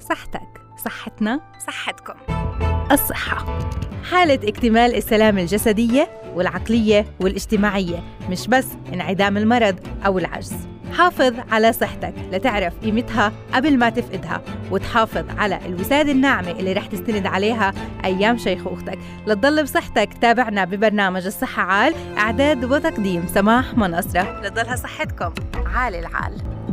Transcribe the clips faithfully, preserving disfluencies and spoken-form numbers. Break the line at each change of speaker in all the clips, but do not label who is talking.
صحتك صحتنا صحتكم. الصحة حالة اكتمال السلامة الجسدية والعقلية والاجتماعية، مش بس انعدام المرض أو العجز. حافظ على صحتك لتعرف قيمتها قبل ما تفقدها، وتحافظ على الوسادة الناعمة اللي رح تستند عليها أيام شيخوختك. لتضل بصحتك تابعنا ببرنامج الصحة عال، إعداد وتقديم سماح مناصرة. لتضلها صحتكم عال العال.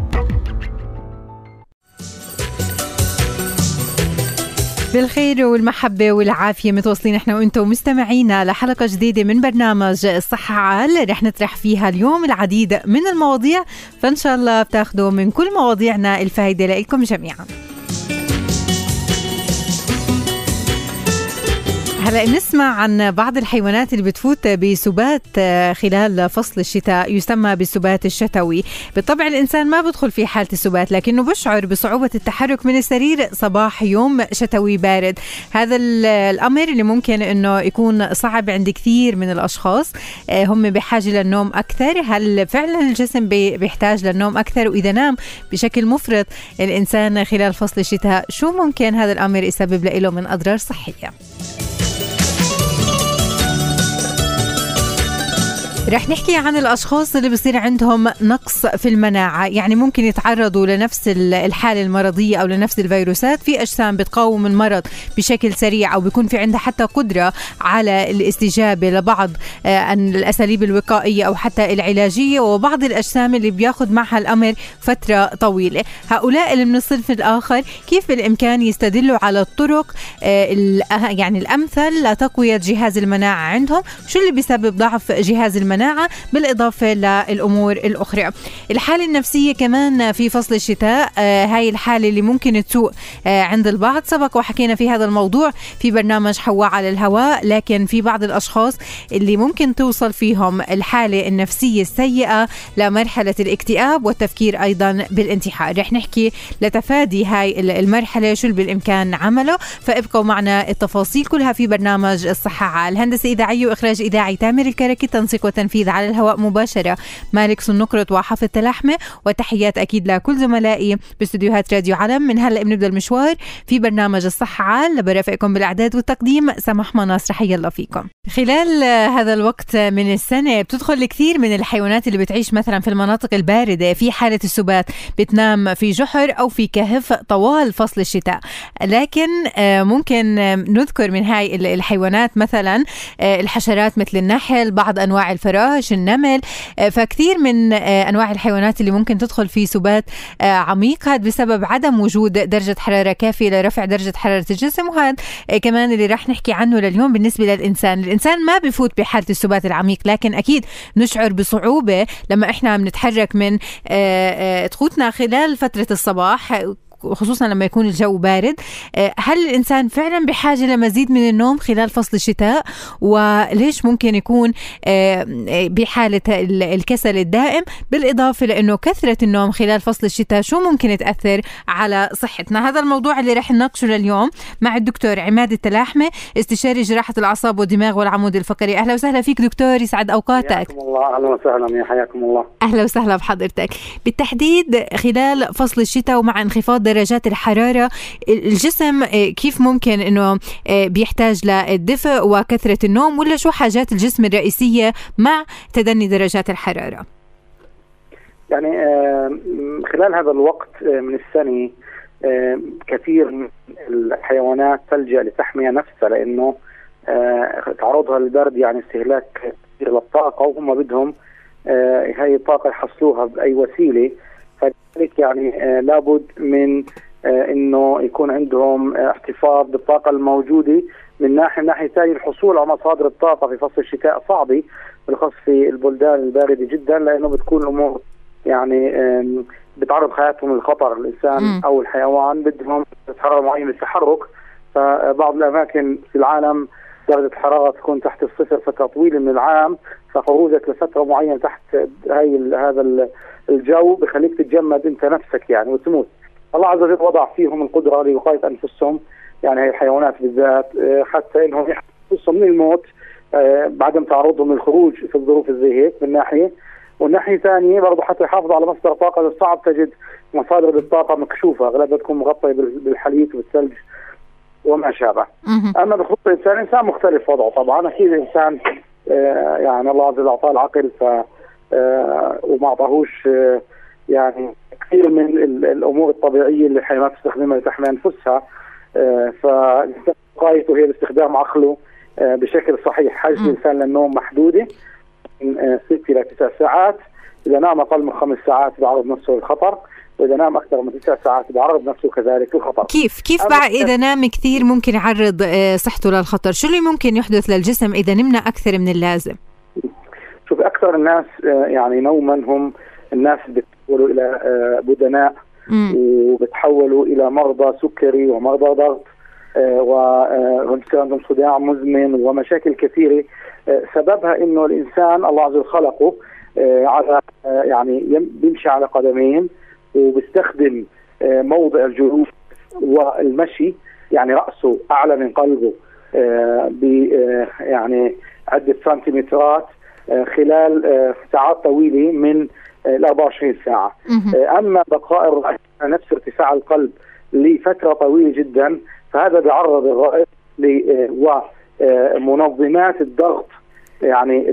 بالخير والمحبة والعافية متواصلين احنا وانتم مستمعينا لحلقة جديدة من برنامج الصحة عال، رح نطرح فيها اليوم العديد من المواضيع، فان شاء الله بتاخدوا من كل مواضيعنا الفائدة لكم جميعا. هلأ نسمع عن بعض الحيوانات اللي بتفوت بسبات خلال فصل الشتاء، يسمى بالسبات الشتوي. بالطبع الإنسان ما بدخل في حالة السبات، لكنه بشعر بصعوبة التحرك من السرير صباح يوم شتوي بارد. هذا الأمر اللي ممكن أنه يكون صعب عند كثير من الأشخاص، هم بحاجة للنوم أكثر. هل فعلا الجسم بيحتاج للنوم أكثر؟ وإذا نام بشكل مفرط الإنسان خلال فصل الشتاء، شو ممكن هذا الأمر يسبب له من أضرار صحية؟ رح نحكي عن الأشخاص اللي بصير عندهم نقص في المناعة، يعني ممكن يتعرضوا لنفس الحالة المرضية أو لنفس الفيروسات. في أجسام بتقاوم المرض بشكل سريع، أو بيكون في عندها حتى قدرة على الاستجابة لبعض الأساليب الوقائية أو حتى العلاجية، وبعض الأجسام اللي بياخد معها الأمر فترة طويلة. هؤلاء اللي من الصنف الآخر كيف بالإمكان يستدلوا على الطرق يعني الأمثل لتقوية جهاز المناعة عندهم؟ شو اللي بيسبب ضعف جهاز المناعة مناعة بالإضافة للأمور الأخرى؟ الحالة النفسية كمان في فصل الشتاء، آه هاي الحالة اللي ممكن تسوء آه عند البعض. سبق وحكينا في هذا الموضوع في برنامج حواء على الهواء، لكن في بعض الأشخاص اللي ممكن توصل فيهم الحالة النفسية السيئة لمرحلة الاكتئاب والتفكير أيضا بالانتحار. رح نحكي لتفادي هاي المرحلة شو اللي بالإمكان عمله، فابقوا معنا التفاصيل كلها في برنامج الصحة عال. هندسة إذاعية وإخراج إذاعي تامر الكركي، تنسيق تنفيذ على الهواء مباشرة مالك سنقرط وحفظ تلحمة. وتحيات أكيد لكل زملائي باستديوهات راديو علم. من هلأ بنبدأ المشوار في برنامج الصحة عال، برافقكم بالإعداد والتقديم سماح مناصر. حي الله فيكم. خلال هذا الوقت من السنة بتدخل كثير من الحيوانات اللي بتعيش مثلا في المناطق الباردة في حالة السبات، بتنام في جحر أو في كهف طوال فصل الشتاء. لكن ممكن نذكر من هاي الحيوانات مثلا الحشرات مثل النحل، بعض أنواع الفراش، النمل. فكثير من أنواع الحيوانات اللي ممكن تدخل في سبات عميق، هذا بسبب عدم وجود درجة حرارة كافية لرفع درجة حرارة الجسم. وهذا كمان اللي راح نحكي عنه لليوم بالنسبة للإنسان. الإنسان ما بيفوت بحالة السبات العميق، لكن أكيد نشعر بصعوبة لما إحنا بنتحرك من تخوتنا خلال فترة الصباح، خصوصا لما يكون الجو بارد. هل الإنسان فعلا بحاجة لمزيد من النوم خلال فصل الشتاء؟ وليش ممكن يكون بحالة الكسل الدائم، بالإضافة لأنه كثرة النوم خلال فصل الشتاء شو ممكن تأثر على صحتنا؟ هذا الموضوع اللي رح نناقشه لليوم مع الدكتور عماد التلاحمة، استشاري جراحة الأعصاب والدماغ والعمود الفقري. أهلا وسهلا فيك دكتور، يسعد أوقاتك.
حياكم الله. أهلا وسهلا، حياكم الله.
أهلا وسهلا بحضرتك. بالتحديد خلال فصل الشتاء ومع انخفاض درجات الحرارة، الجسم كيف ممكن انه بيحتاج للدفء وكثرة النوم، ولا شو حاجات الجسم الرئيسية مع تدني درجات الحرارة؟
يعني خلال هذا الوقت من السنة كثير من الحيوانات تلجأ لتحمية نفسها، لأنه تعرضها للبرد يعني استهلاك كثير للطاقة، وهم بدهم هاي الطاقة يحصلوها بأي وسيلة. فلذلك يعني آه لابد من آه انه يكون عندهم آه احتفاظ بالطاقه الموجوده. من ناحيه ناحيه ثانيه الحصول على مصادر الطاقه في فصل الشتاء صعبه، بالاخص في البلدان البارده جدا، لانه بتكون الامور يعني بتعرض حياتهم للخطر. الانسان م. او الحيوان بدهم حراره معينه للتحرك، فبعض الاماكن في العالم درجه الحراره تكون تحت الصفر فتره طويله من العام، فخروجك لفتره معينه تحت هاي هذا الجو بخليك تتجمد انت نفسك يعني وتموت. الله عز وجل وضع فيهم القدره لوقايه انفسهم، يعني هاي الحيوانات بالذات، حتى انهم يحفظوا من الموت بعدم تعرضهم للخروج في الظروف زي هيك من ناحيه. والناحية الثانية برضه حتى يحافظ على مصدر طاقة، صعب تجد مصادر للطاقة مكشوفة، أغلبها تكون مغطية بالحليب والثلج وما شابه. أما بخصوص الإنسان، الإنسان مختلف وضعه طبعا، أكيد الإنسان آه يعني الله عز وجل أعطاه العقل ف آه وما أعطاهوش آه يعني كثير من الأمور الطبيعية اللي الحيوانات تستخدمها لتحمي أنفسها. آه فالإنسان وقايته هي باستخدام عقله آه بشكل صحيح. حاجة الإنسان للنوم محدودة من ست إلى تسع ساعات، إذا نام أقل من خمس ساعات بيعرض نفسه للخطر، وإذا نام أكثر من تسع ساعات بيعرض نفسه كذلك للخطر.
كيف كيف بقى إذا نام كثير ممكن يعرض صحته للخطر؟ شو اللي ممكن يحدث للجسم إذا نمنا أكثر من اللازم؟
شوف، أكثر الناس يعني نوما هم الناس اللي بتحولوا إلى بدناء وبتحولوا إلى مرضى سكري ومرضى ضغط وبصير عندهم صداع مزمن ومشاكل كثيرة. سببها إنه الإنسان الله عز وجل خلقه على يعني بيمشي على قدمين وبيستخدم موضع الجلوس والمشي، يعني رأسه أعلى من قلبه ب يعني عدة سنتيمترات خلال ساعات طويلة من ال أربعة وعشرين ساعة. أما بقاء الرأس نفس ارتفاع القلب لفترة طويلة جدا، فهذا بيعرض الرأس لمنظمات الضغط، يعني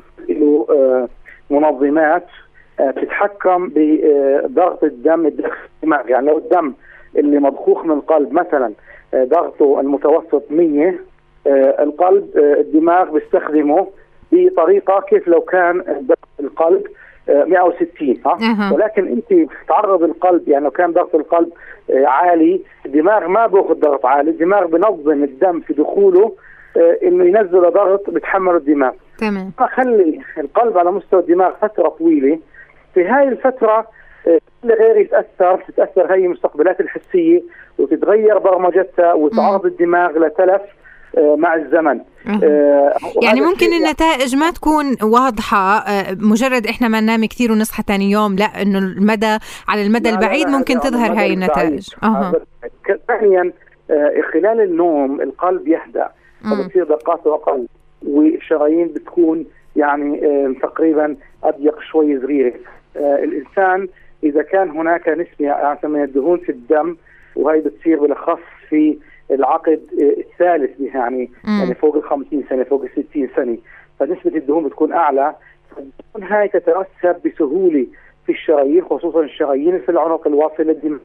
له منظمات تتحكم بضغط الدم الداخل الدماغ. يعني لو الدم اللي مضخوخ من القلب مثلا ضغطه المتوسط مية، القلب الدماغ بيستخدمه بطريقة كيف لو كان ضغط القلب مئة وستين. ها؟ ولكن انت تعرض القلب، يعني لو كان ضغط القلب عالي، الدماغ ما بياخذ ضغط عالي، الدماغ بنظم الدم في دخوله انه ينزل ضغط بتحمل الدماغ.
تمام.
فخلي القلب على مستوى الدماغ فترة طويلة، في هاي الفترة كل غير يتأثر تتأثر هاي المستقبلات الحسية وتتغير برمجتها وتعرض الدماغ لتلف مع الزمن.
أه. يعني ممكن النتائج ما تكون واضحة مجرد إحنا ما ننام كثير ونصحى ثاني يوم، لا إنه المدى على المدى البعيد لا لا ممكن تظهر هاي النتائج. أه.
ثانيا خلال النوم القلب يهدأ فبتصير دقاته أقل والشرايين بتكون يعني تقريبا أضيق شوي صغيرة. الإنسان إذا كان هناك نسبة من الدهون في الدم، وهي بتصير بالأخص في العقد الثالث يعني مم. يعني فوق الخمسين سنة فوق الستين سنة، فنسبة الدهون بتكون أعلى، فالدهون هاي تترسب بسهولة في الشرايين، خصوصا الشرايين في العنق الواصل للدماغ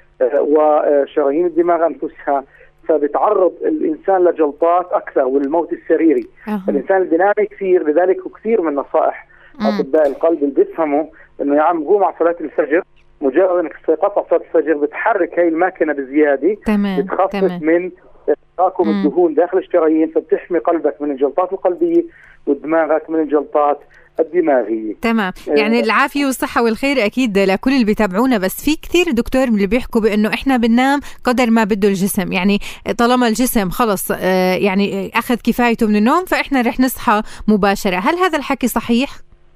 وشرايين الدماغ أنفسها، فبتعرض الإنسان لجلطات أكثر والموت السريري. أه. الإنسان اللي بينام كثير، لذلك كثير من نصائح أطباء القلب اللي بيفهموا إنه يا عم قوم على صلاة الفجر، مجرد انك تقطع صلاة الفجر بتحرك هاي الماكينة بزيادة، بتخفف من تراكم الدهون داخل الشرايين، فبتحمي قلبك من الجلطات القلبية ودماغك من الجلطات الدماغية.
تمام. يعني آه. العافية والصحة والخير أكيد لكل اللي بيتابعونا، بس في كثير دكتور اللي بيحكوا بأنه إحنا بننام قدر ما بده الجسم، يعني طالما الجسم خلص آه يعني أخذ كفايته من النوم فإحنا رح نصحى مباشرة. هل هذا الحكي صحيح؟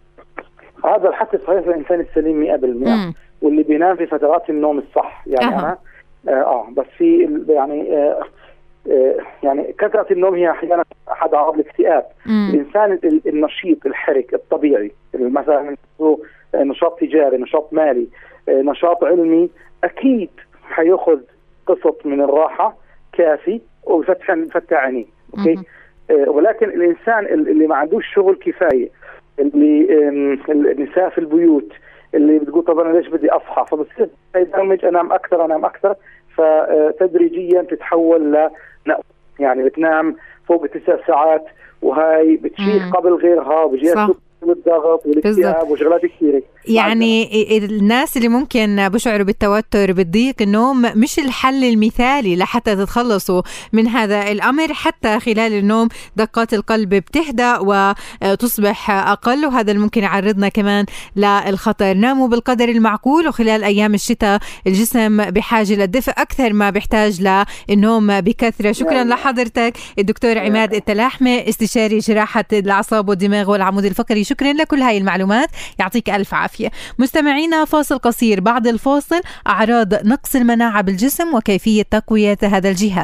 هذا الحكي صحيح للإنسان السليم مئة بالمئة، واللي بينام في فترات النوم الصح. يعني أه. أنا آه بس في يعني آه آه يعني كثرة النوم هي أحيانا أحد أعراض الاكتئاب. الإنسان النشيط الحرك الطبيعي، مثلا نشاط تجاري، نشاط مالي، آه نشاط علمي، أكيد حيأخذ قسط من الراحة كافي وفتح فتح عينيه. أوكي. آه ولكن الإنسان اللي ما عندوش شغل كفاية، اللي النساء في البيوت اللي بتقول طب انا ليش بدي اصحى، فبصير يبرمج انام اكثر انام اكثر، فتدريجيا تتحول ل يعني بتنام فوق تسع ساعات، وهي بتشيخ قبل غيرها وبيجي الضغط والاكتئاب وشغلات كثيره.
يعني الناس اللي ممكن بشعروا بالتوتر بالضيق النوم مش الحل المثالي لحتى تتخلصوا من هذا الأمر. حتى خلال النوم دقات القلب بتهدأ وتصبح أقل، وهذا اللي ممكن يعرضنا كمان للخطر. ناموا بالقدر المعقول، وخلال أيام الشتاء الجسم بحاجة للدفء أكثر ما بيحتاج للنوم بكثرة. شكرا لحضرتك الدكتور عماد التلاحمة، استشاري جراحة الأعصاب والدماغ والعمود الفقري. شكرا لكل هاي المعلومات، يعطيك ألف عافية. مستمعينا فاصل قصير، بعد الفاصل أعراض نقص المناعة بالجسم وكيفية تقوية هذا الجهاز.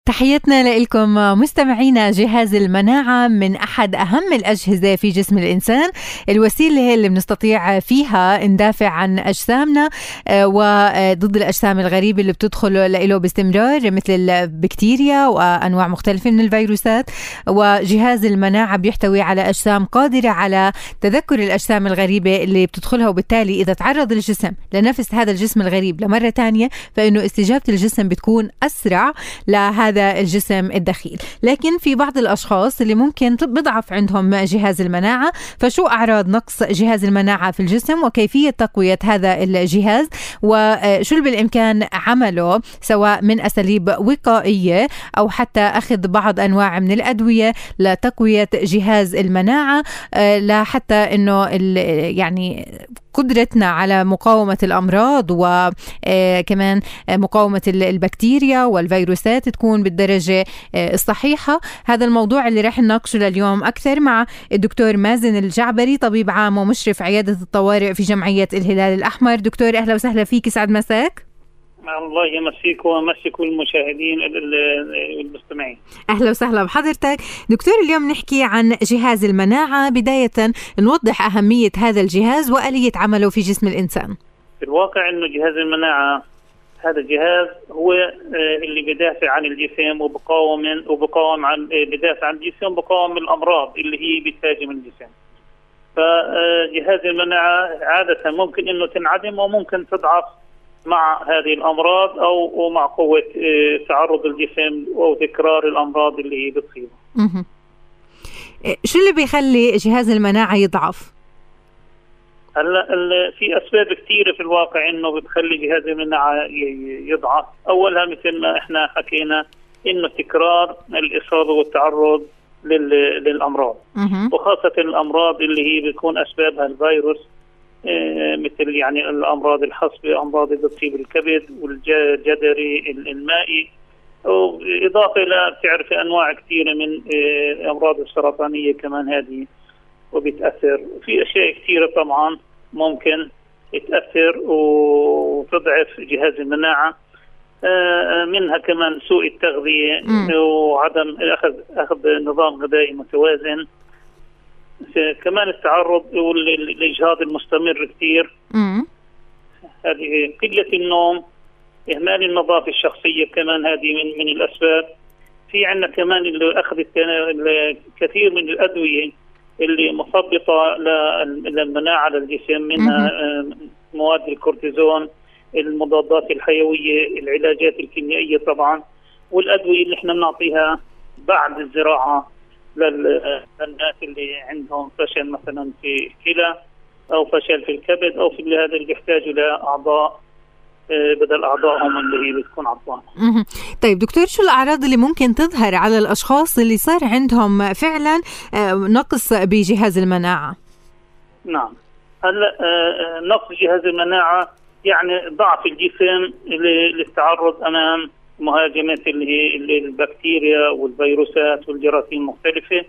تحياتنا لكم مستمعينا. جهاز المناعة من أحد أهم الأجهزة في جسم الإنسان، الوسيلة اللي بنستطيع فيها ندافع عن أجسامنا وضد الأجسام الغريبة اللي بتدخل له باستمرار مثل البكتيريا وأنواع مختلفة من الفيروسات. وجهاز المناعة بيحتوي على أجسام قادرة على تذكر الأجسام الغريبة اللي بتدخلها، وبالتالي إذا تعرض الجسم لنفس هذا الجسم الغريب لمرة تانية فإنه استجابة الجسم بتكون أسرع لهذا هذا الجسم الدخيل. لكن في بعض الأشخاص اللي ممكن بضعف عندهم جهاز المناعة، فشو أعراض نقص جهاز المناعة في الجسم وكيفية تقوية هذا الجهاز وشو اللي بالإمكان عمله سواء من أساليب وقائية أو حتى أخذ بعض أنواع من الأدوية لتقوية جهاز المناعة لحتى إنه يعني قدرتنا على مقاومة الأمراض وكمان مقاومة البكتيريا والفيروسات تكون بالدرجة الصحيحة. هذا الموضوع اللي رح نناقشه لليوم أكثر مع الدكتور مازن الجعبري، طبيب عام ومشرف عيادة الطوارئ في جمعية الهلال الأحمر. دكتور أهلا وسهلا فيك، سعد مساك.
الله يمسيك ويمسك المشاهدين والمستمعين.
أهلا وسهلا بحضرتك دكتور. اليوم نحكي عن جهاز المناعة، بداية نوضح أهمية هذا الجهاز وآلية عمله في جسم الإنسان.
في الواقع أنه جهاز المناعة هذا الجهاز هو اللي بدافع عن الجسم وبقاوم وبقاوم عن بدافع عن الجسم وبقاوم الأمراض اللي هي بتهاجم الجسم. فجهاز المناعة عادة ممكن أنه تنعدم وممكن تضعف مع هذه الأمراض أو مع قوة تعرض الجسم أو تكرار الأمراض اللي هي بتصيبه.
شو اللي بيخلي جهاز المناعة يضعف؟
هلا في أسباب كثيرة في الواقع إنه بتخلي جهاز المناعة يضعف. أولها مثل ما إحنا حكينا إنه تكرار الإصابة والتعرض للأمراض، وخاصة الأمراض اللي هي بتكون أسبابها الفيروس، مثل يعني الأمراض الحصبة، أمراض اللي بتصيب الكبد والجدري المائي، وإضافة إلى بتعرف أنواع كثيرة من الأمراض السرطانية كمان هذه وبتأثر. في أشياء كثيرة طبعا ممكن تأثر وتضعف جهاز المناعة، منها كمان سوء التغذية وعدم أخذ أخذ نظام غذائي متوازن، كمان التعرض والإجهاض المستمر كثير، هذه قلة النوم، إهمال النظافة الشخصية كمان هذه من من الأسباب. في عندنا كمان اللي أخذ كثير من الأدوية اللي مثبطة للمناعة للجسم، منها مواد الكورتيزون، المضادات الحيوية، العلاجات الكيميائية طبعا، والأدوية اللي احنا بنعطيها بعد الزراعة للناس اللي عندهم فشل مثلا في الكلى أو فشل في الكبد أو في هذا اللي بيحتاجوا لأعضاء بدل أعضائهم اللي هي بتكون عطلانة.
طيب دكتور، شو الأعراض اللي ممكن تظهر على الأشخاص اللي صار عندهم فعلا نقص بجهاز المناعة؟
نعم، هلا نقص جهاز المناعة يعني ضعف الجسم للتعرض أمام مهاجمة اللي هي البكتيريا والفيروسات والجراثيم المختلفة،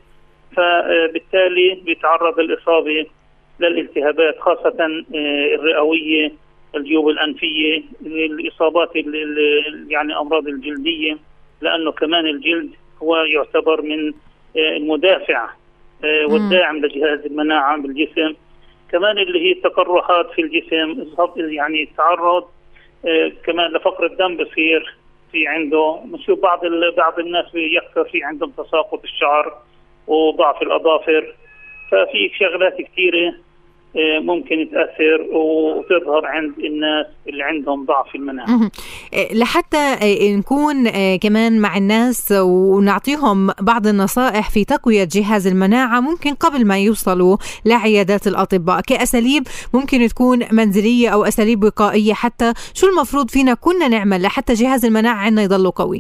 فبالتالي بيتعرض الإصابة للالتهابات خاصة الرئوية، الجيوب الأنفية، الإصابات يعني أمراض الجلدية، لأنه كمان الجلد هو يعتبر من المدافع والداعم لجهاز المناعة بالجسم. كمان اللي هي التقرحات في الجسم، يعني التعرض كمان لفقر الدم بصير في عنده، نشوف بعض بعض الناس بيكثر في عندهم تساقط الشعر وضعف الأظافر. ففي شغلات كثيرة ممكن تأثر وتظهر عند الناس اللي عندهم ضعف المناعة.
لحتى نكون كمان مع الناس ونعطيهم بعض النصائح في تقوية جهاز المناعة ممكن قبل ما يوصلوا لعيادات الأطباء، كأساليب ممكن تكون منزلية أو أساليب وقائية، حتى شو المفروض فينا كنا نعمل لحتى جهاز المناعة عندنا يضل قوي؟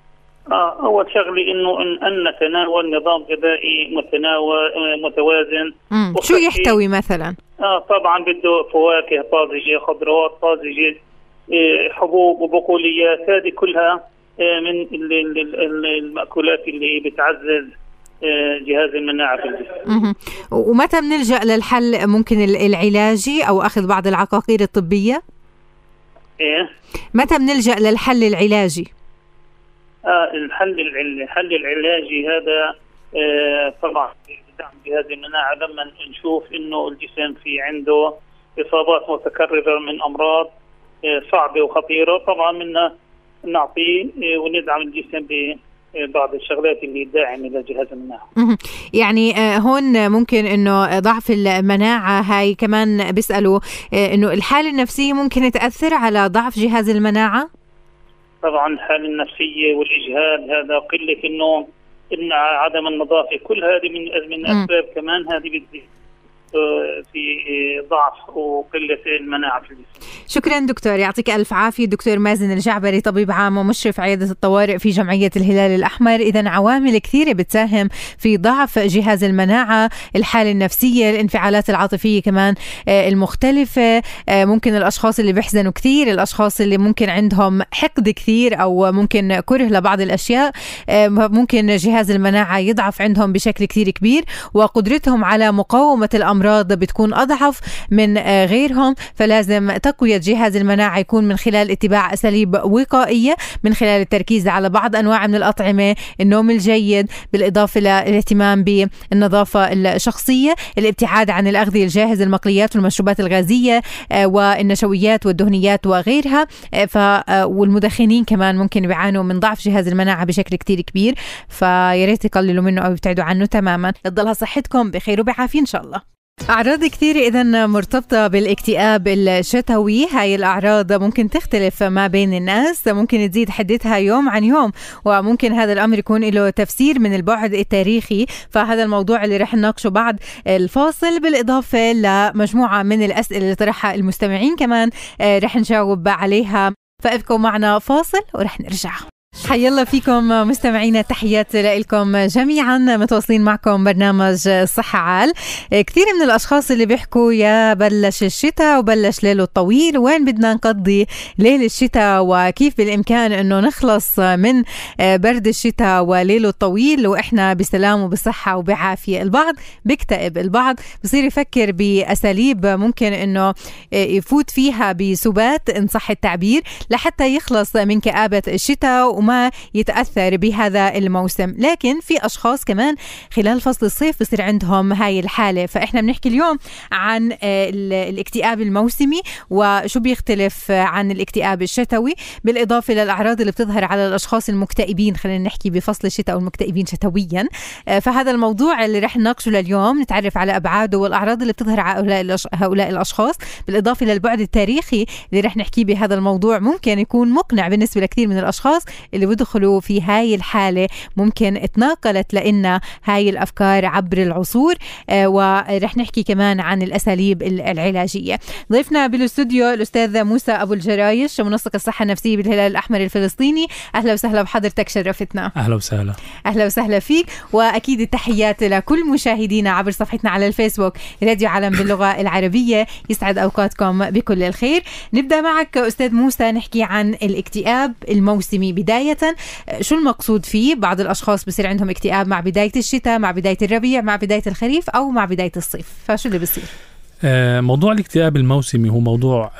آه أول شغلة إنه إن, أن نتناول نظام غذائي متناول متوازن.
شو يحتوي مثلا؟
آه طبعا بده فواكه طازجة، خضروات طازجة، حبوب وبقوليات، هذه كلها من المأكولات اللي بتعزز جهاز المناعة في الجسم.
ومتى بنلجأ للحل ممكن العلاجي أو أخذ بعض العقاقير الطبية؟
إيه؟
متى بنلجأ للحل العلاجي؟
آه الحل الحل العلاجي هذا آه طبعا دعم جهاز المناعة لما نشوف إنه الجسم في عنده إصابات متكررة من أمراض آه صعبة وخطيرة، طبعا منا نعطيه آه وندعم الجسم ببعض الشغلات اللي داعمة لجهاز المناعة.
يعني آه هون ممكن إنه ضعف المناعة هاي كمان بيسألوا آه إنه الحالة النفسية ممكن تأثر على ضعف جهاز المناعة؟
طبعا الحالة النفسية والإجهاد، هذا قلة النوم، إن عدم النظافة، كل هذه من من أسباب كمان هذه بتزيد في ضعف وقلة المناعة في الجسم.
شكرا دكتور، يعطيك ألف عافية. دكتور مازن الجعبري، طبيب عام ومشرف عيادة الطوارئ في جمعية الهلال الأحمر. إذن عوامل كثيرة بتساهم في ضعف جهاز المناعة، الحالة النفسية، الانفعالات العاطفية كمان المختلفة، ممكن الأشخاص اللي بيحزنوا كثير، الأشخاص اللي ممكن عندهم حقد كثير أو ممكن كره لبعض الأشياء، ممكن جهاز المناعة يضعف عندهم بشكل كثير كبير، وقدرتهم على مقاومة الأمراض بتكون أضعف من غيرهم. فلازم تقوية جهاز المناعة يكون من خلال اتباع أساليب وقائية، من خلال التركيز على بعض أنواع من الأطعمة، النوم الجيد، بالإضافة للاهتمام بالنظافة الشخصية، الابتعاد عن الأغذية الجاهزة، المقليات والمشروبات الغازية والنشويات والدهنيات وغيرها. ف والمدخنين كمان ممكن يعانوا من ضعف جهاز المناعة بشكل كتير كبير، فياريت يقللوا منه أو يبتعدوا عنه تماما. تضلها صحتكم بخير وبعافية إن شاء الله. أعراض كثير إذن مرتبطة بالاكتئاب الشتوي. هاي الأعراض ممكن تختلف ما بين الناس، ممكن تزيد حدتها يوم عن يوم، وممكن هذا الأمر يكون له تفسير من البعد التاريخي. فهذا الموضوع اللي رح نناقشه بعد الفاصل، بالإضافة لمجموعة من الأسئلة اللي طرحها المستمعين كمان رح نجاوب عليها. فابقوا معنا فاصل ورح نرجع. حيا الله فيكم مستمعينا، تحيات لكم جميعا. متواصلين معكم برنامج صحة عال. كثير من الأشخاص اللي بيحكوا يا بلش الشتاء وبلش ليله الطويل، وين بدنا نقضي ليل الشتاء، وكيف بالإمكان أنه نخلص من برد الشتاء وليله الطويل وإحنا بسلام وبصحة وبعافية. البعض بيكتئب، البعض بصير يفكر بأساليب ممكن أنه يفوت فيها بسبات إن صح التعبير، لحتى يخلص من كآبة الشتاء وما يتأثر بهذا الموسم. لكن في أشخاص كمان خلال فصل الصيف بصير عندهم هاي الحالة. فإحنا بنحكي اليوم عن الاكتئاب الموسمي وشو بيختلف عن الاكتئاب الشتوي، بالإضافة للأعراض اللي بتظهر على الأشخاص المكتئبين، خلينا نحكي بفصل الشتاء والمكتئبين شتويا. فهذا الموضوع اللي رح نناقشه لليوم، نتعرف على أبعاده والأعراض اللي بتظهر على هؤلاء الأشخاص، بالإضافة للبعد التاريخي اللي رح نحكيه بهذا الموضوع. ممكن يكون مقنع بالنسبة لكثير من الأشخاص اللي بدخلوا في هاي الحالة، ممكن اتناقلت لنا هاي الأفكار عبر العصور. آه ورح نحكي كمان عن الأساليب العلاجية. ضيفنا بالاستوديو الأستاذ موسى أبو الجرايش، منسق الصحة النفسية بالهلال الأحمر الفلسطيني. أهلا وسهلا بحضرتك، شرفتنا.
أهلا وسهلا.
أهلا وسهلا فيك، وأكيد التحيات لكل مشاهدينا عبر صفحتنا على الفيسبوك راديو عالم باللغة العربية. يسعد أوقاتكم بكل الخير. نبدأ معك أستاذ موسى، نحكي عن الاكتئاب الموسمي. بداية شو المقصود فيه؟ بعض الأشخاص بصير عندهم اكتئاب مع بداية الشتاء، مع بداية الربيع، مع بداية الخريف، أو مع بداية الصيف، فشو اللي بصير؟
موضوع الاكتئاب الموسمي هو موضوع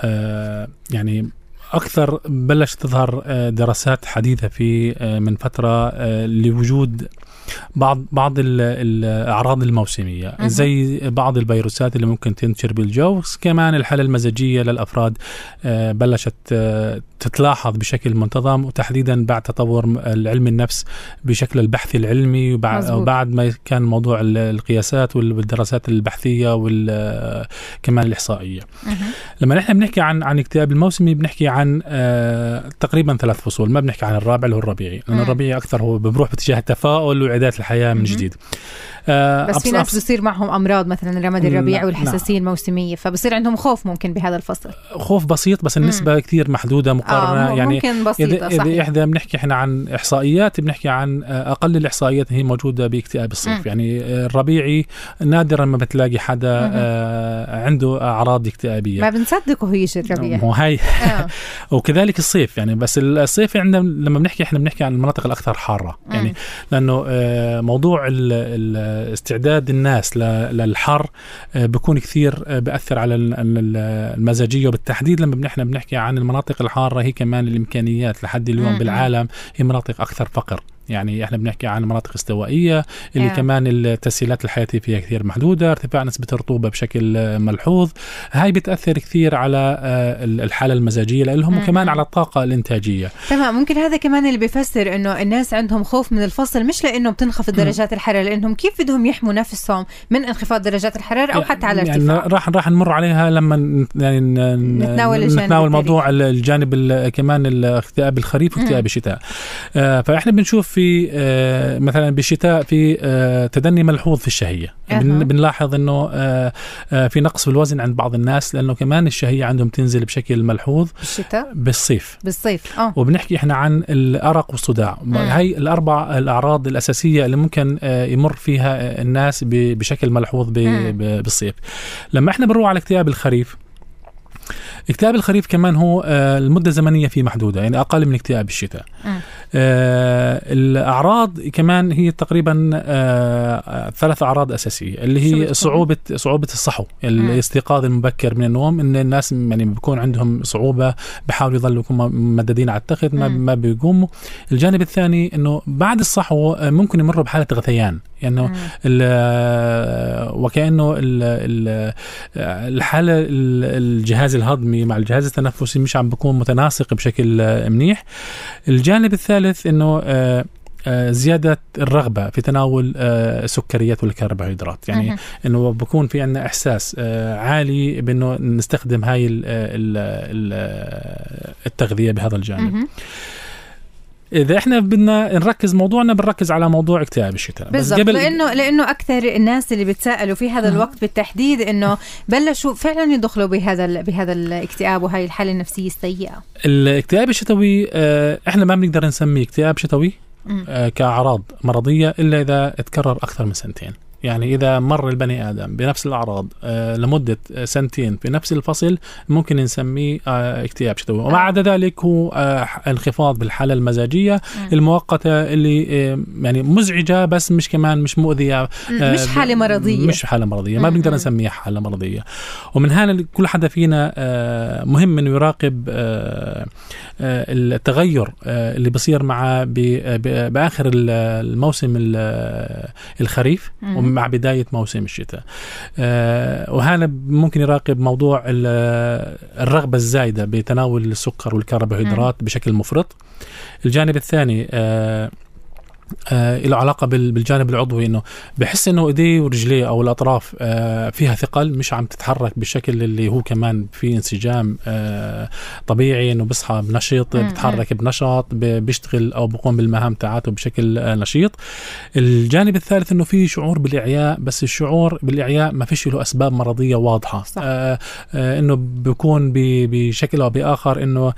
يعني أكثر بلش تظهر دراسات حديثة في من فترة لوجود بعض بعض الأعراض الموسمية، أه. زي بعض الفيروسات اللي ممكن تنتشر بالجو. كمان الحالة المزاجية للأفراد بلشت تتلاحظ بشكل منتظم، وتحديدا بعد تطور علم النفس بشكل البحث العلمي، وبعد, وبعد ما كان موضوع القياسات والدراسات البحثية وكمان الإحصائية. أه. لما نحن بنحكي عن عن اكتئاب الموسمي بنحكي عن آه تقريبا ثلاث فصول، ما بنحكي عن الرابع اللي هو الربيعي، لأن الربيعي أكثر هو بروح باتجاه التفاؤل وإعادة الحياة من جديد.
آه بس في ناس بصير معهم أمراض مثلا رمد الربيع والحساسية نعم. الموسمية، فبصير عندهم خوف ممكن بهذا الفصل، خوف
بسيط، بس النسبة كثير محدودة مقارنة.
آه
يعني
ممكن بسيطة.
إذا, إذا إحدى بنحكي إحنا عن إحصائيات، بنحكي عن أقل الإحصائيات هي موجودة باكتئاب الصيف. مم. يعني الربيعي نادرا ما بتلاقي حدا آه عنده أعراض اكتئابية،
ما بنصدقه هيش الربيع.
مو هاي آه. وكذلك الصيف يعني، بس الصيف عندنا لما بنحكي إحنا بنحكي عن المناطق الأكثر حارة. مم. يعني لأنه آه موضوع ال ال استعداد الناس للحر بيكون كثير بأثر على المزاجية، وبالتحديد لما بنحن بنحكي عن المناطق الحارة هي كمان الإمكانيات لحد اليوم بالعالم هي مناطق أكثر فقر. يعني احنا بنحكي عن مناطق استوائية اللي yeah. كمان التسهيلات الحياتية فيها كثير محدودة، ارتفاع نسبة الرطوبة بشكل ملحوظ، هاي بتأثر كثير على الحالة المزاجية لهم وكمان على الطاقة الإنتاجية.
تمام. ممكن هذا كمان اللي بيفسر انه الناس عندهم خوف من الفصل، مش لانه بتنخفض درجات الحرارة، لانهم كيف بدهم يحموا نفسهم من انخفاض درجات الحرارة او حتى على ارتفاع.
يعني راح راح نمر عليها لما يعني
نتناول,
نتناول موضوع الجانب كمان الاكتئاب الخريف واكتئاب الشتاء. آه فاحنا بنشوف في آه مثلا بالشتاء في آه تدني ملحوظ في الشهية. أه. بنلاحظ انه آه آه في نقص في الوزن عند بعض الناس، لانه كمان الشهية عندهم تنزل بشكل ملحوظ
بالشتاء
بالصيف
بالصيف اه
وبنحكي احنا عن الأرق والصداع. هاي الأربع الأعراض الأساسية اللي ممكن آه يمر فيها الناس بشكل ملحوظ بالصيف. لما احنا بنروح على اكتئاب الخريف، اكتئاب الخريف كمان هو آه المدة الزمنية فيه محدودة، يعني أقل من اكتئاب الشتاء. آه الأعراض كمان هي تقريبا آه ثلاث أعراض أساسية، اللي هي صعوبة صعوبة الصحو، الاستيقاظ المبكر من النوم، إن الناس يعني بيكون عندهم صعوبة، بحاولوا يظلوا ممددين على التخت، ما ما بيقوموا. الجانب الثاني إنه بعد الصحو ممكن يمروا بحالة غثيان، يعني وكأنه الحالة الجهاز الهضمي مع الجهاز التنفسي مش عم بيكون متناسق بشكل منيح. الجانب الثالث إنه زيادة الرغبة في تناول السكريات والكربوهيدرات، يعني إنه بكون في عنا إحساس عالي بأنه نستخدم هاي التغذية بهذا الجانب. إذا إحنا بدنا نركز موضوعنا بنركز على موضوع اكتئاب الشتاء
بالضبط، قبل... لأنه لأنه أكثر الناس اللي بتسألوا في هذا الوقت بالتحديد إنه بلشوا فعلا يدخلوا بهذا بهذا الاكتئاب وهي الحالة النفسية السيئة.
الاكتئاب الشتوي إحنا ما بنقدر نسميه اكتئاب شتوي كأعراض مرضية إلا إذا تكرر أكثر من سنتين. يعني إذا مر البني آدم بنفس الأعراض آه لمدة سنتين في نفس الفصل ممكن نسميه آه اكتئاب شتوي. وما عدا ذلك هو آه انخفاض بالحالة المزاجية م. المؤقتة اللي آه يعني مزعجة بس مش كمان مش مؤذية،
آه مش حالة مرضية
مش حالة مرضية ما بنقدر نسميها حالة مرضية. ومن هنا كل حدا فينا آه مهم إنه يراقب آه آه التغير آه اللي بصير معه بآخر الموسم الخريف م. مع بداية موسم الشتاء. آه وهذا ممكن يراقب موضوع الرغبة الزايدة بتناول السكر والكربوهيدرات م. بشكل مفرط. الجانب الثاني آه آه له علاقة بالجانب العضوي، إنه بحس إنه إيديه ورجليه أو الأطراف آه فيها ثقل، مش عم تتحرك بالشكل اللي هو كمان في انسجام آه طبيعي، إنه بصحى بنشيط بتحرك بنشاط بيشتغل أو بقوم بالمهام تاعته بشكل آه نشيط. الجانب الثالث إنه في شعور بالإعياء، بس الشعور بالإعياء ما فيش له أسباب مرضية واضحة. آه آه إنه بيكون بشكل أو بآخر إنه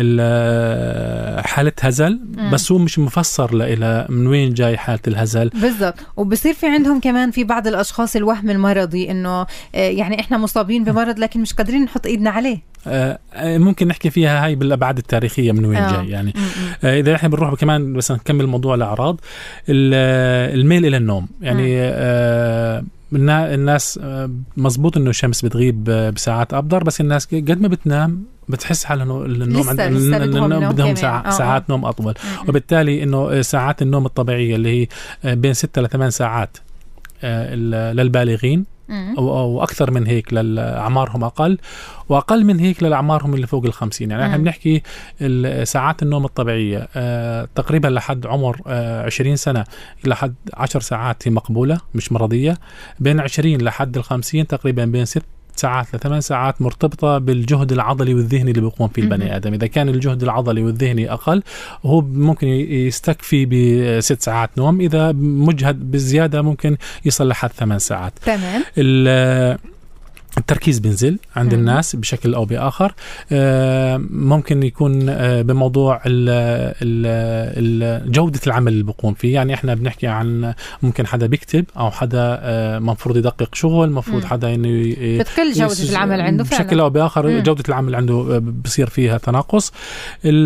حالة هزل مم. بس هو مش مفسر لإلى من وين جاي حالة الهزل
بالضبط. وبصير في عندهم كمان في بعض الأشخاص الوهم المرضي، إنه يعني إحنا مصابين بمرض لكن مش قادرين نحط إيدنا عليه.
آه ممكن نحكي فيها هاي بالأبعاد التاريخية من وين آه. جاي يعني. آه إذا إحنا بنروح كمان بس نكمل موضوع الأعراض، الميل إلى النوم، يعني آه الناس مزبوط إنه الشمس بتغيب بساعات أبدر، بس الناس قد ما بتنام بتحس حالها إنه النوم عند النوم بدهم ساعة ساعات نوم أطول، م- وبالتالي إنه ساعات النوم الطبيعية اللي هي بين ستة لثمان ساعات للبالغين أو, أو أكثر من هيك لأعمارهم أقل، وأقل من هيك للأعمارهم اللي فوق الخمسين. يعني احنا بنحكي ساعات النوم الطبيعية آه تقريبا لحد عمر آه عشرين سنة لحد عشر ساعات هي مقبولة مش مرضية، بين عشرين لحد الخمسين تقريبا بين ست ساعات لثمان ساعات مرتبطة بالجهد العضلي والذهني اللي بيقوم فيه البني آدم. إذا كان الجهد العضلي والذهني أقل هو ممكن يستكفي بست ساعات نوم، إذا مجهد بالزيادة ممكن يصل لحد ثمان ساعات.
تمام.
التركيز بنزل عند مم. الناس بشكل أو بآخر. ممكن يكون بموضوع ال ال جودة العمل اللي بقوم فيه، يعني إحنا بنحكي عن ممكن حدا بيكتب أو حدا مفروض يدقق شغل، مفروض مم. حدا إنه
بتقل جودة العمل عنده
بشكل أو بآخر. مم. جودة العمل عنده بصير فيها تناقص.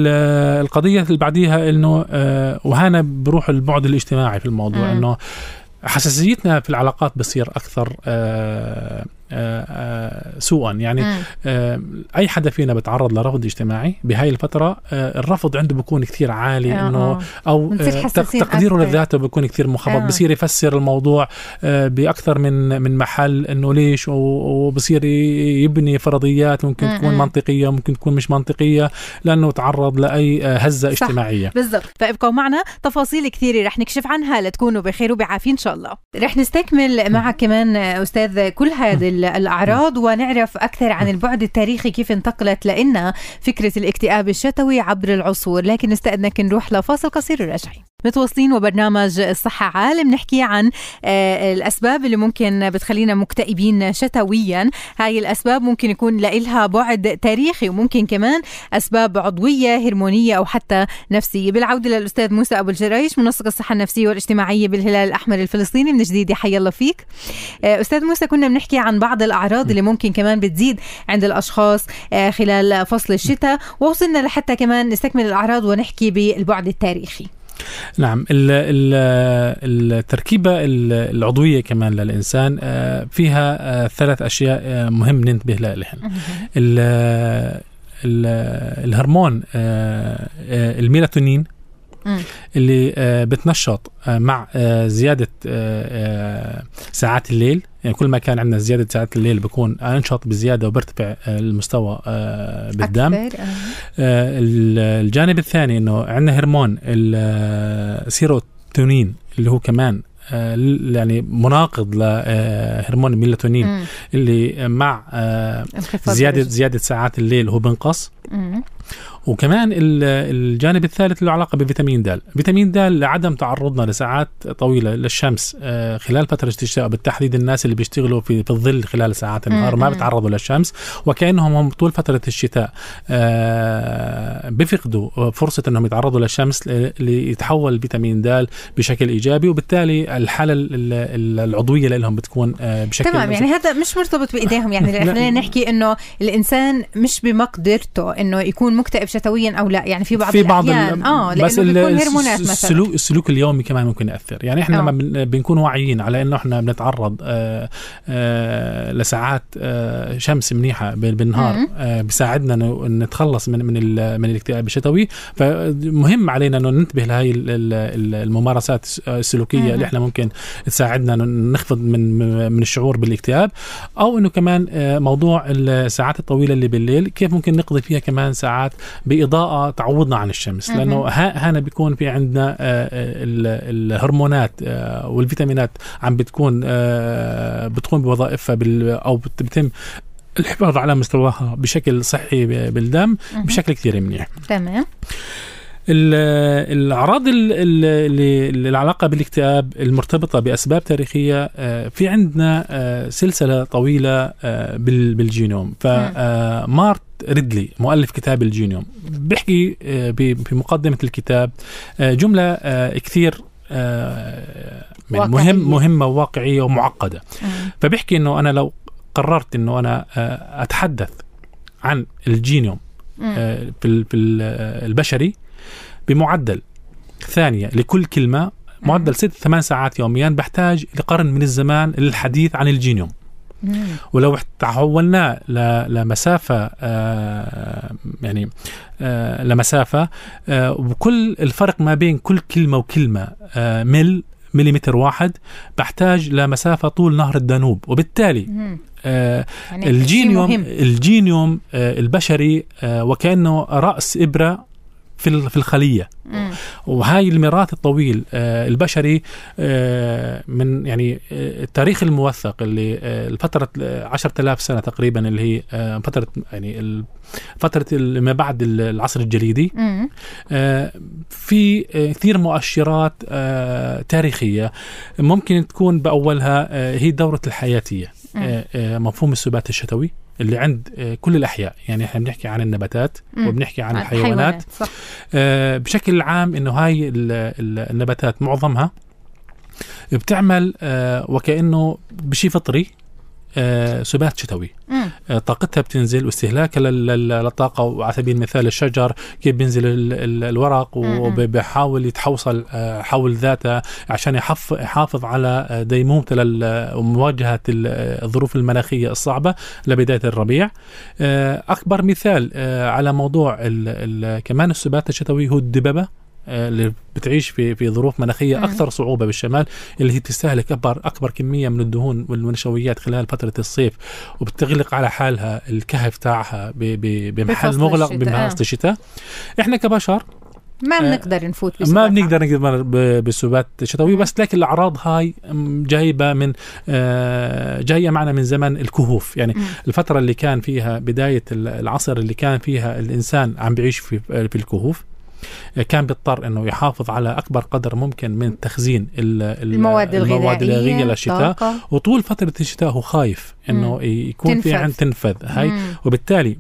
القضية اللي بعديها إنه وهنا بروح البعد الاجتماعي في الموضوع، مم. إنه حساسيتنا في العلاقات بصير أكثر آه آه آه سوءا. يعني آه أي حدا فينا بتعرض لرفض اجتماعي بهاي الفترة، آه الرفض عنده بيكون كثير عالي، آه إنه أو آه تقديره لذاته بيكون كثير منخفض، آه بصير يفسر الموضوع آه بأكثر من من محل إنه ليش، وبصير يبني فرضيات ممكن م- تكون م- منطقية ممكن تكون مش منطقية لأنه تعرض لأي آه هزة صح. اجتماعية.
بالضبط. فابقوا معنا، تفاصيل كثيرة رح نكشف عنها لتكونوا بخير وبعافية إن شاء الله. رح نستكمل معك كمان أستاذ كل هذه الأعراض ونعرف أكثر عن البعد التاريخي كيف انتقلت لنا فكرة الاكتئاب الشتوي عبر العصور. لكن نستأذنك نروح لفاصل قصير وراجعين. متواصلين وبرنامج الصحة عالم نحكي عن الأسباب اللي ممكن بتخلينا مكتئبين شتويا. هاي الأسباب ممكن يكون لها بعد تاريخي وممكن كمان أسباب عضوية هرمونية أو حتى نفسية. بالعودة للأستاذ موسى أبو الجريش، منسق الصحة النفسية والاجتماعية بالهلال الأحمر الفلسطيني. من جديد حي الله فيك أستاذ موسى. كنا بنحكي عن بعض الأعراض اللي ممكن كمان بتزيد عند الأشخاص خلال فصل الشتاء، ووصلنا لحتى كمان نستكمل الأعراض ونحكي بالبعد التاريخي.
نعم. التركيبة العضوية كمان للإنسان فيها ثلاث أشياء مهم ننتبه لها. الهرمون الميلاتونين اللي بتنشط مع زيادة ساعات الليل، يعني كل ما كان عندنا زيادة ساعات الليل بيكون أنشط بزيادة وبرتفع المستوى بالدم. الجانب الثاني إنه عندنا هرمون السيروتونين اللي هو كمان يعني مناقض لهرمون الميلاتونين مم. اللي مع زيادة زيادة ساعات الليل هو بنقص. مم. وكمان الجانب الثالث له علاقة بفيتامين د. فيتامين د لعدم تعرضنا لساعات طويلة للشمس خلال فترة الشتاء، بالتحديد الناس اللي بيشتغلوا في في الظل خلال ساعات النهار ما بيتعرضوا للشمس، وكأنهم هم طول فترة الشتاء بيفقدوا فرصة انهم يتعرضوا للشمس ليتحول الفيتامين د بشكل ايجابي، وبالتالي الحالة العضوية لهم بتكون بشكل
تمام. يعني هذا مش مرتبط بإيديهم، يعني خلينا نحكي انه الانسان مش بمقدرته انه يكون مكتئب شتويا او لا، يعني في بعض
في بعض
الأحيان اه
بس
لانه بيكون هرمونات مثلا.
السلوك, السلوك اليومي كمان ممكن يأثر. يعني احنا لما بنكون واعيين على انه احنا بنتعرض آآ آآ لساعات آآ شمس منيحة بالنهار بيساعدنا نتخلص من من من الاكتئاب الشتوي، فمهم علينا انه ننتبه لهي الممارسات السلوكية مم. اللي احنا ممكن تساعدنا نخفض من من الشعور بالاكتئاب. او انه كمان موضوع الساعات الطويلة اللي بالليل كيف ممكن نقضي فيها كمان ساعات بإضاءة تعوضنا عن الشمس، لأنه هنا بيكون في عندنا الهرمونات والفيتامينات عم بتكون بتقوم بوظائفها أو بتتم الحفاظ على مستواها بشكل صحي بالدم بشكل كثير منيح.
تمام.
الأعراض اللي العلاقة بالاكتئاب المرتبطة بأسباب تاريخية، في عندنا سلسلة طويلة بالجينوم. فمارت ريدلي مؤلف كتاب الجينوم بيحكي في مقدمة الكتاب جملة كثير مهم مهمة وواقعية ومعقدة. فبيحكي إنه أنا لو قررت إنه أنا أتحدث عن الجينوم في البشري بمعدل ثانية لكل كلمة، معدل ست ثمان ساعات يوميا، بحتاج لقرن من الزمان للحديث عن الجينوم. مم. ولو تحولنا لمسافة آه يعني آه لمسافة آه وكل الفرق ما بين كل كلمة وكلمة آه مل مليمتر واحد، بحتاج لمسافة طول نهر الدانوب. وبالتالي آه يعني الجينوم الجينوم آه البشري آه وكأنه رأس إبرة في في الخلية. مم. وهاي الميراث الطويل آه البشري آه من يعني آه التاريخ الموثق اللي آه الفترة عشرة آلاف سنة تقريبا، اللي هي آه فترة يعني فترة ما بعد العصر الجليدي. آه في آه كثير مؤشرات آه تاريخية ممكن تكون بأولها آه هي دورة الحياتية، آه آه مفهوم السبات الشتوي اللي عند كل الأحياء. يعني احنا بنحكي عن النباتات مم. وبنحكي عن الحيوانات آه بشكل عام. إنه هاي النباتات معظمها بتعمل آه وكأنه بشي فطري آه سبات شتوي. آه طاقتها بتنزل واستهلاكها للطاقة، وعلى سبيل المثال الشجر كيف بينزل ال ال الورق وبيحاول يتحوصل آه حول ذاته عشان يحافظ يحافظ على ديمومته لمواجهة الظروف المناخية الصعبة لبداية الربيع. آه أكبر مثال آه على موضوع ال ال كمان السبات الشتوي هو الدببة اللي بتعيش في في ظروف مناخيه اكثر صعوبه بالشمال، اللي هي تستهلك اكبر اكبر كميه من الدهون والنشويات خلال فتره الصيف، وبتغلق على حالها الكهف تاعها بمحل مغلق بمناسبه الشتاء. احنا كبشر
ما بنقدر نفوت بسبات
ما بنقدر نقدر بالسبات الشتوي، بس لكن الاعراض هاي جايبه من جايه معنا من زمن الكهوف. يعني م. الفتره اللي كان فيها بدايه العصر اللي كان فيها الانسان عم بيعيش في في الكهوف، كان بيضطر انه يحافظ على اكبر قدر ممكن من تخزين
المواد الغذائيه
للشتاء، وطول فتره الشتاء هو خايف انه مم. يكون تنفذ. في عند تنفذ هاي مم. وبالتالي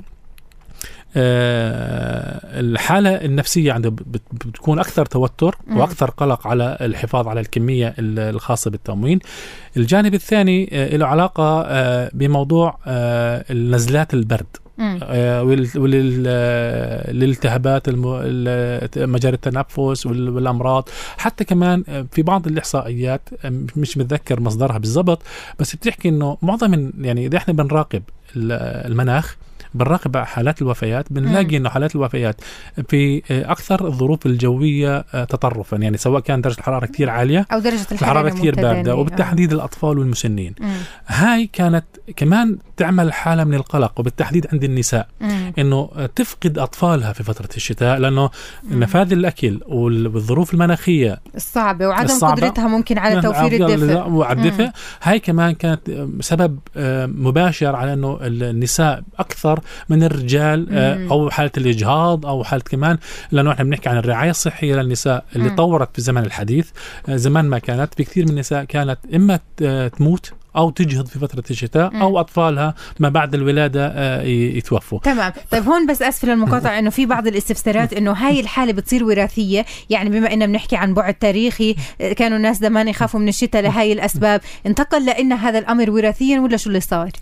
آه الحالة النفسية عنده بتكون أكثر توتر مم. وأكثر قلق على الحفاظ على الكمية الخاصة بالتموين. الجانب الثاني آه له علاقة آه بموضوع آه النزلات البرد والالتهابات مجاري التنفس والأمراض. حتى كمان في بعض الإحصائيات مش متذكر مصدرها بالضبط، بس بتحكي إنه معظم يعني إذا إحنا بنراقب المناخ بنراقب حالات الوفيات بنلاقي انه حالات الوفيات في اكثر الظروف الجويه تطرفا، يعني سواء كان درجه الحراره كثير عاليه
او درجه الحراره
كثير بارده، وبالتحديد الاطفال والمسنين. مم. هاي كانت كمان تعمل حاله من القلق، وبالتحديد عند النساء مم. انه تفقد اطفالها في فتره الشتاء، لانه مم. نفاذ الاكل والظروف المناخيه
الصعبه وعدم الصعبة قدرتها ممكن على توفير الدفء
والدفء، هاي كمان كانت سبب مباشر على انه النساء اكثر من الرجال مم. أو حالة الإجهاض أو حالة كمان، لأنه إحنا بنحكي عن الرعاية الصحية للنساء اللي مم. طورت في الزمن الحديث. زمان ما كانت في كثير من النساء كانت إما تموت أو تجهض في فترة الشتاء مم. أو أطفالها ما بعد الولادة يتوفوا.
تمام. طيب هون بس أسف للمقاطعة إنه في بعض الاستفسارات إنه هاي الحالة بتصير وراثية، يعني بما إننا بنحكي عن بعد تاريخي كانوا الناس زمان يخافوا من الشتاء لهاي الأسباب، انتقل لإن هذا الأمر وراثيا ولا شو اللي صار؟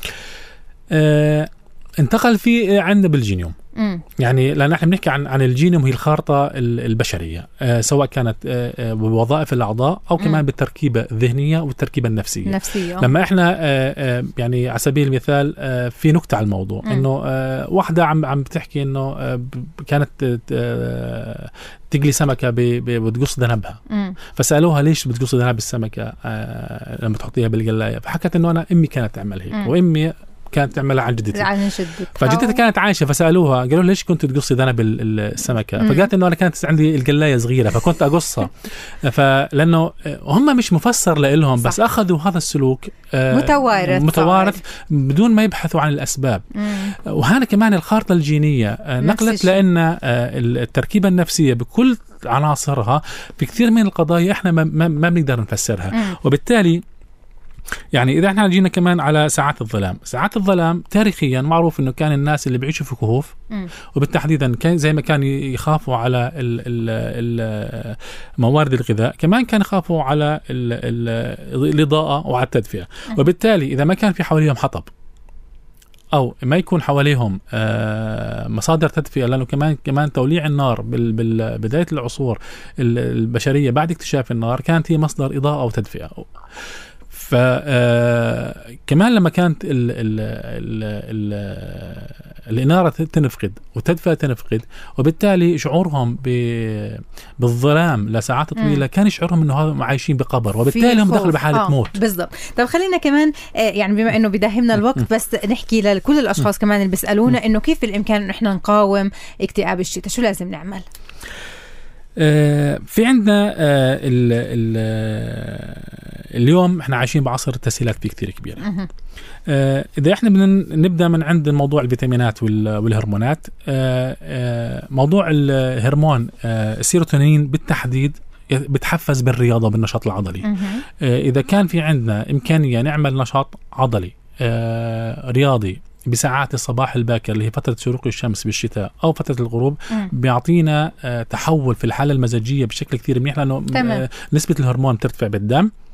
أه انتقل في عندنا بالجينيوم. مم. يعني لأن احنا بنحكي عن عن الجينيوم هي الخارطة البشرية، آه سواء كانت آه بوظائف الأعضاء أو كمان مم. بالتركيبة الذهنية والتركيبة النفسية.
نفسية.
لما احنا آه آه يعني على سبيل المثال آه في نكتة على الموضوع مم. إنه آه واحدة عم عم بتحكي إنه آه كانت آه تقلي سمكة بتقص ذنبها، فسألوها ليش بتقص ذنب السمكة آه لما تحطيها بالقلاية، فحكت إنه أنا أمي كانت تعمل هيك مم. وأمي كانت تعملها عن جدتي،
عن جدتي،
فجدتها كانت عايشه، فسالوها قالوا ليش كنت تقصي ذنب السمكه؟ فقالت انه انا كانت عندي القلايه صغيره فكنت اقصها. فلانه هم مش مفسر لهم، بس اخذوا هذا السلوك
متوارث
متوارث بدون ما يبحثوا عن الاسباب. وهنا كمان الخارطه الجينيه نقلت لان التركيبه النفسيه بكل عناصرها في كثير من القضايا احنا ما, ما بنقدر نفسرها. وبالتالي يعني إذا احنا جينا كمان على ساعات الظلام، ساعات الظلام تاريخيا معروف إنه كان الناس اللي بيعيشوا في كهوف وبالتحديدا كان زي ما كان يخافوا على ال ال موارد الغذاء، كمان كان يخافوا على ال ال الإضاءة وعلى التدفئة. وبالتالي إذا ما كان في حواليهم حطب أو ما يكون حواليهم مصادر تدفئة، لأنه كمان كمان توليع النار بالبداية العصور البشرية بعد اكتشاف النار كانت هي مصدر إضاءة أو تدفئة. فكمان لما كانت ال ال ال ال الإنارة تنفقد والتدفئة تنفقد، وبالتالي شعورهم بالظلام لساعات طويلة كان يشعرهم إنه هذا عايشين بقبر، وبالتالي هم دخلوا بحالة آه. موت.
بالضبط. طب خلينا كمان يعني بما إنه بداهمنا الوقت بس نحكي لكل الأشخاص كمان اللي بيسألونا إنه كيف بالإمكان إن إحنا نقاوم اكتئاب الشتاء، شو لازم نعمل؟
آه في عندنا آه ال ال اليوم احنا عايشين بعصر التسهيلات فيه كتير كبيرة. آه إذا احنا نبدأ من عند موضوع الفيتامينات والهرمونات، آه آه موضوع الهرمون آه السيروتونين بالتحديد بتحفز بالرياضة بالنشاط العضلي. آه إذا كان في عندنا إمكانية نعمل نشاط عضلي آه رياضي بساعات الصباح الباكر اللي هي فترة شروق الشمس بالشتاء أو فترة الغروب، م. بيعطينا آه تحول في الحالة المزاجية بشكل كثير منيح، لأنه آه نسبة الهرمون ترتفع بالدم،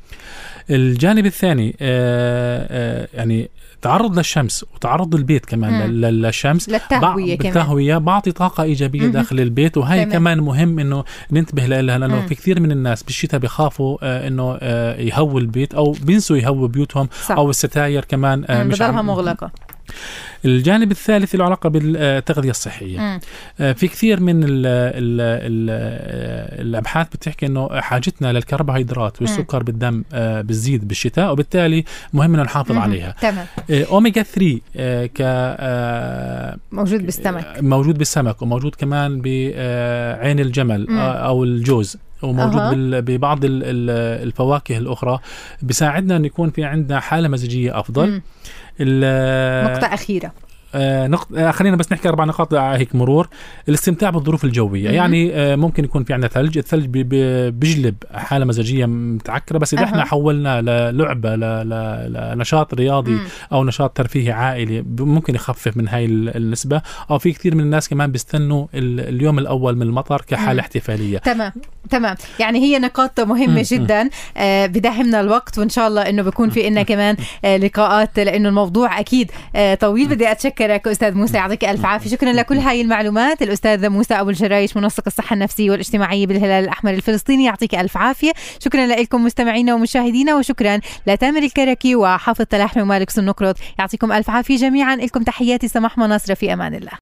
الجانب الثاني آه آه يعني تعرض للشمس وتعرض البيت كمان مم. للشمس
للتهوية كمان
بالتهوية بعطي طاقة إيجابية مم. داخل البيت. وهي تمام. كمان مهم إنه ننتبه لها لأنه مم. في كثير من الناس بالشتاء بيخافوا آه إنه آه يهووا البيت أو بينسوا يهووا بيوتهم صح. أو الستاير كمان آه مش
بضلها مغلقة.
الجانب الثالث له علاقة بالتغذية الصحية. م. في كثير من ال ال ال الأبحاث بتحكي إنه حاجتنا للكربوهيدرات والسكر م. بالدم بتزيد بالشتاء وبالتالي مهم إنه نحافظ م. عليها.
تمام.
أوميجا ثلاثة ك
موجود بالسمك
موجود بالسمك وموجود كمان بعين الجمل م. أو الجوز وموجود أه. ببعض الفواكه الأخرى بيساعدنا أن يكون في عندنا حالة مزاجية أفضل. م.
نقطة أخيرة
آه نقط... آه خلينا بس نحكي أربع نقاط هيك مرور. الاستمتاع بالظروف الجوية. مم. يعني آه ممكن يكون في عندنا ثلج. الثلج بي... بي... بيجلب حالة مزاجية متعكرة بس إذا أه. احنا حولنا للعبة ل... ل... لنشاط رياضي مم. أو نشاط ترفيهي عائلي ممكن يخفف من هاي النسبة. أو في كثير من الناس كمان بيستنوا اليوم الأول من المطر كحالة مم. احتفالية.
تمام تمام. يعني هي نقاط مهمة مم. جدا. آه بداهمنا الوقت وإن شاء الله إنه بيكون في إنا كمان آه لقاءات لأنه الموضوع أكيد آه طويل. بدي أتشكرك أستاذ موسى يعطيك ألف عافية. شكرا لكل هاي المعلومات الأستاذ موسى أبو الجرايش منسق الصحة النفسية والاجتماعية بالهلال الأحمر الفلسطيني. يعطيك ألف عافية. شكرا لكم مستمعينا ومشاهدينا وشكرا لتامر الكركي وحافظ تلاحمي ومالك سنقرط. يعطيكم ألف عافية جميعا. لكم تحياتي سماح مناصرة في أمان الله.